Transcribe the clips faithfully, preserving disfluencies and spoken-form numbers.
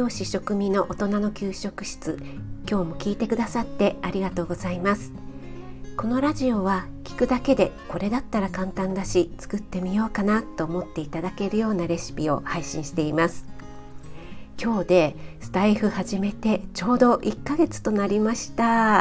養士食味の大人の給食室、今日も聞いてくださってありがとうございます。このラジオは聞くだけでこれだったら簡単だし作ってみようかなと思っていただけるようなレシピを配信しています。今日でスタイフ始めてちょうどいっかげつとなりました。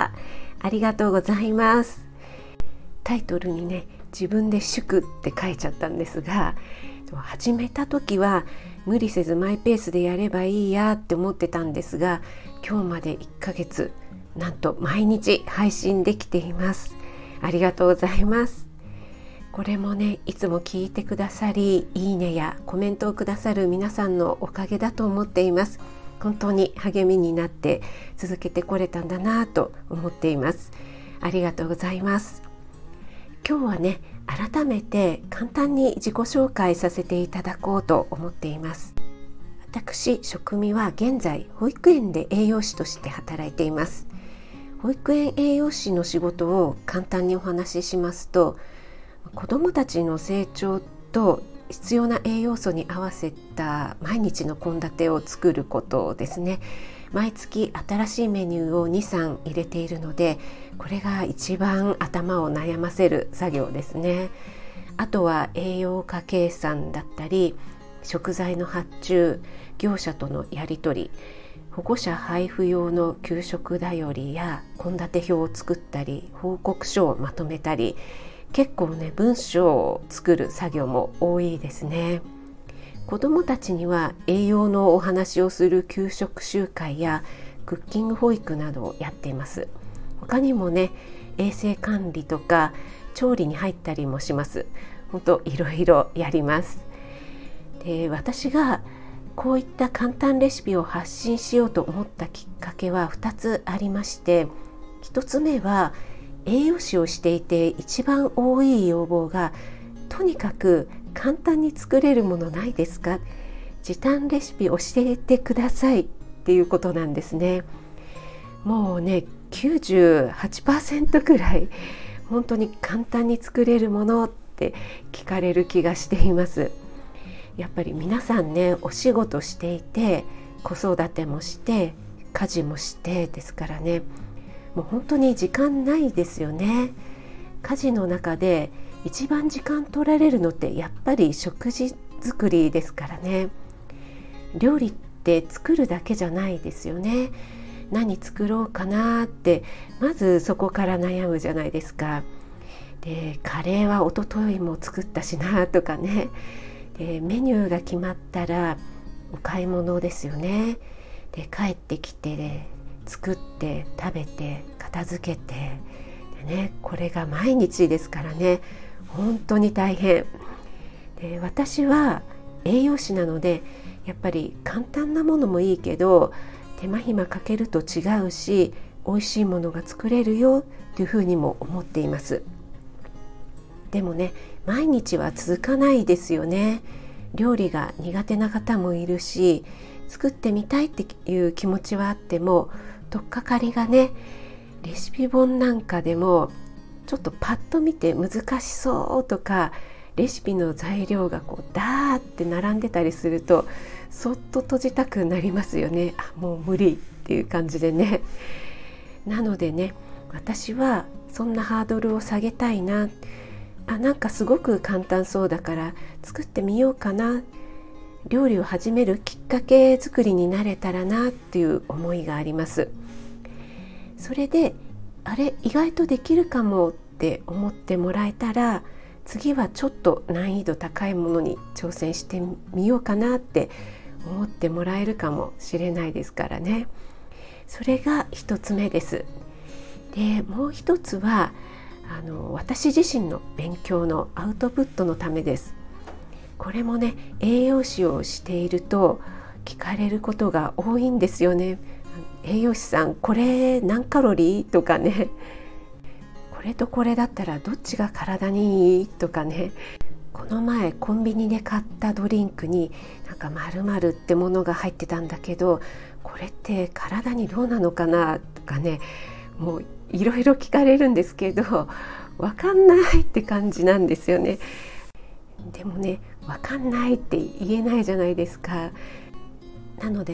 ありがとうございます。タイトルにね、自分で祝って書いちゃったんですが、始めた時は無理せずマイペースでやればいいやって思ってたんですが、今日までいっかげつなんと毎日配信できています。ありがとうございます。これもね、いつも聞いてくださり、いいねやコメントをくださる皆さんのおかげだと思っています。本当に励みになって続けてこれたんだなと思っています。ありがとうございます。今日はね、改めて簡単に自己紹介させていただこうと思っています。私、食味は現在保育園で栄養士として働いています。保育園栄養士の仕事を簡単にお話ししますと、子どもたちの成長と必要な栄養素に合わせた毎日の献立を作ることですね。毎月新しいメニューをに、さん入れているので、これが一番頭を悩ませる作業ですね。あとは栄養価計算だったり、食材の発注、業者とのやり取り、保護者配布用の給食だよりや献立表を作ったり、報告書をまとめたり、結構ね、文章を作る作業も多いですね。子どもたちには栄養のお話をする給食集会やクッキング保育などをやっています。他にもね、衛生管理とか調理に入ったりもします。本当いろいろやります。で、私がこういった簡単レシピを発信しようと思ったきっかけはふたつありまして、ひとつめは栄養士をしていて一番多い要望が、とにかく簡単に作れるものないですか、時短レシピ教えてくださいっていうことなんですね。もうね、きゅうじゅうはちパーセント くらい本当に簡単に作れるものって聞かれる気がしています。やっぱり皆さんね、お仕事していて、子育てもして家事もしてですからね、もう本当に時間ないですよね。家事の中で一番時間取られるのってやっぱり食事作りですからね。料理って作るだけじゃないですよね。何作ろうかなってまずそこから悩むじゃないですか。で、カレーは一昨日も作ったしなとかね。で、メニューが決まったらお買い物ですよね。で、帰ってきて作って食べて片付けてでね、これが毎日ですからね、本当に大変で、私は栄養士なので、やっぱり簡単なものもいいけど手間暇かけると違うし、美味しいものが作れるよというふうにも思っています。でもね、毎日は続かないですよね。料理が苦手な方もいるし、作ってみたいっていう気持ちはあっても、取っかかりがね、レシピ本なんかでもちょっとパッと見て難しそうとか、レシピの材料がこうダーって並んでたりすると、そっと閉じたくなりますよね。あ、もう無理っていう感じでね。なのでね、私はそんなハードルを下げたいな、あ、なんかすごく簡単そうだから作ってみようかな、料理を始めるきっかけ作りになれたらなっていう思いがあります。それで、あれ意外とできるかもって思ってもらえたら、次はちょっと難易度高いものに挑戦してみようかなって思ってもらえるかもしれないですからね。それが一つ目です。で、もう一つはあの私自身の勉強のアウトプットのためです。これもね、栄養士をしていると聞かれることが多いんですよね。栄養士さん、これ何カロリーとかね、これとこれだったらどっちが体にいいとかね、この前コンビニで買ったドリンクになんか〇〇ってものが入ってたんだけど、これって体にどうなのかなとかね、もういろいろ聞かれるんですけど、わかんないって感じなんですよね。でもね、わかんないって言えないじゃないですか。なのでね、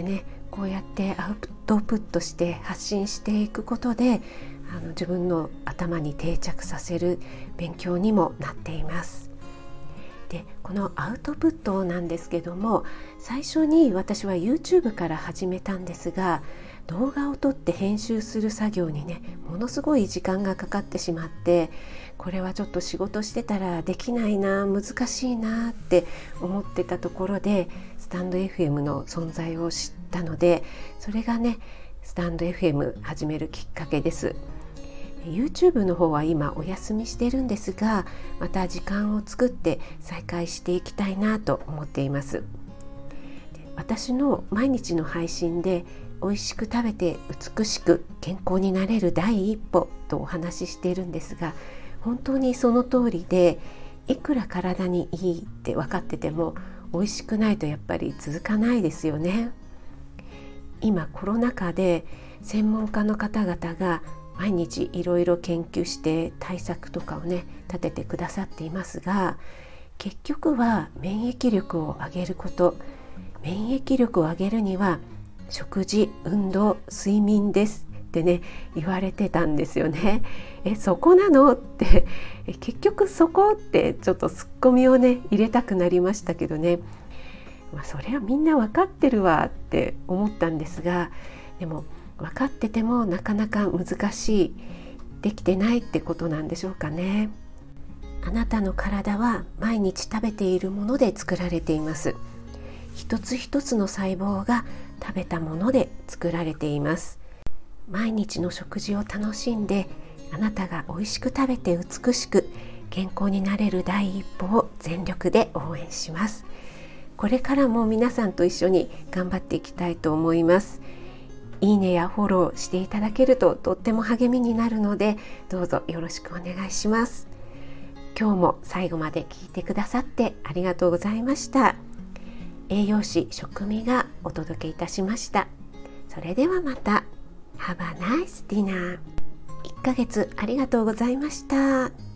こうやってアウトプットして発信していくことであの自分の頭に定着させる勉強にもなっています。でこのアウトプットなんですけども、最初に私は YouTube から始めたんですが、動画を撮って編集する作業にねものすごい時間がかかってしまって、これはちょっと仕事してたらできないな、難しいなって思ってたところでスタンド エフエム の存在を知ったので、それがねスタンド エフエム 始めるきっかけです。YouTube の方は今お休みしてるんですが、また時間を作って再開していきたいなと思っています。私の毎日の配信で美味しく食べて美しく健康になれる第一歩とお話ししているんですが、本当にその通りで、いくら体にいいって分かってても美味しくないとやっぱり続かないですよね。今コロナ禍で専門家の方々が毎日いろいろ研究して対策とかをね立ててくださっていますが、結局は免疫力を上げること、免疫力を上げるには食事、運動、睡眠ですってね言われてたんですよね。えそこなのってえ結局そこってちょっとツッコミをね入れたくなりましたけどね、まあ、それはみんな分かってるわって思ったんですが、でも分かっててもなかなか難しい、できてないってことなんでしょうかね。あなたの体は毎日食べているもので作られています。一つ一つの細胞が食べたもので作られています。毎日の食事を楽しんで、あなたが美味しく食べて美しく健康になれる第一歩を全力で応援します。これからも皆さんと一緒に頑張っていきたいと思います。いいねやフォローしていただけるととっても励みになるので、どうぞよろしくお願いします。今日も最後まで聞いてくださってありがとうございました。栄養士食味がお届けいたしました。それではまた。Have a nice dinner。いっかげつありがとうございました。